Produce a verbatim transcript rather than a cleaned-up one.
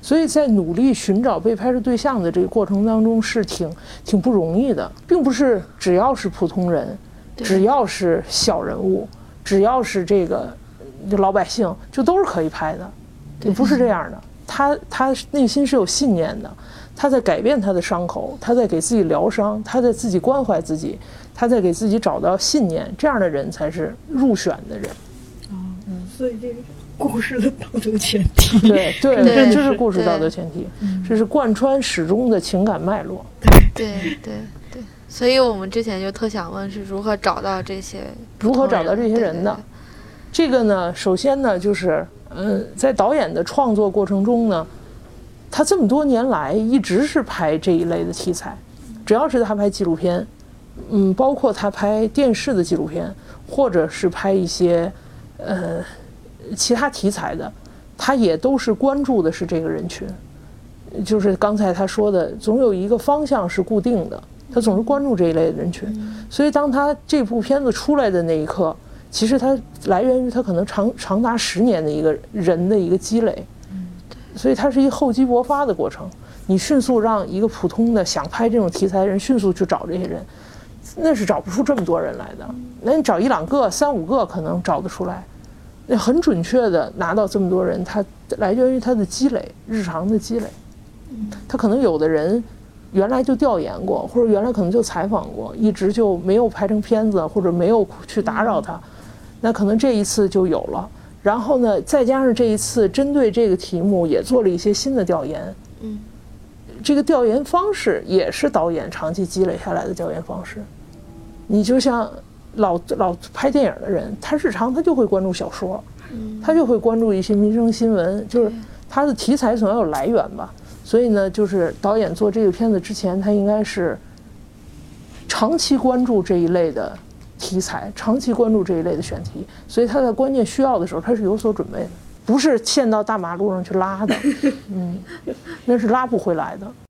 所以在努力寻找被拍摄对象的这个过程当中是挺挺不容易的，并不是只要是普通人，只要是小人物，只要是这个老百姓就都是可以拍的，也不是这样的。他他内心是有信念的，他在改变他的伤口，他在给自己疗伤，他在自己关怀自己，他在给自己找到信念，这样的人才是入选的人。 嗯，所以这个故事的道德前提， 对对，这这是故事道德前提，这是贯穿始终的情感脉络。 对对对，所以我们之前就特想问是如何找到这些如何找到这些人的？这个呢，首先呢，就是嗯、呃，在导演的创作过程中呢，他这么多年来一直是拍这一类的题材，只要是他拍纪录片，嗯，包括他拍电视的纪录片，或者是拍一些呃其他题材的，他也都是关注的是这个人群。就是刚才他说的，总有一个方向是固定的，他总是关注这一类的人群。所以当他这部片子出来的那一刻，其实它来源于他可能长长达十年的一个人的一个积累，所以它是一个厚积薄发的过程。你迅速让一个普通的想拍这种题材的人迅速去找这些人，那是找不出这么多人来的。那你找一两个、三五个可能找得出来，那很准确的拿到这么多人，它来源于他的积累，日常的积累。他可能有的人原来就调研过，或者原来可能就采访过，一直就没有拍成片子，或者没有去打扰他。那可能这一次就有了，然后呢，再加上这一次针对这个题目也做了一些新的调研， 嗯， 这个调研方式也是导演长期积累下来的调研方式。你就像老老拍电影的人，他日常他就会关注小说，他就会关注一些民生新闻，就是他的题材总要有来源吧。所以呢，就是导演做这个片子之前，他应该是长期关注这一类的题材，长期关注这一类的选题，所以他在关键需要的时候，他是有所准备的，不是陷到大马路上去拉的，嗯，那是拉不回来的。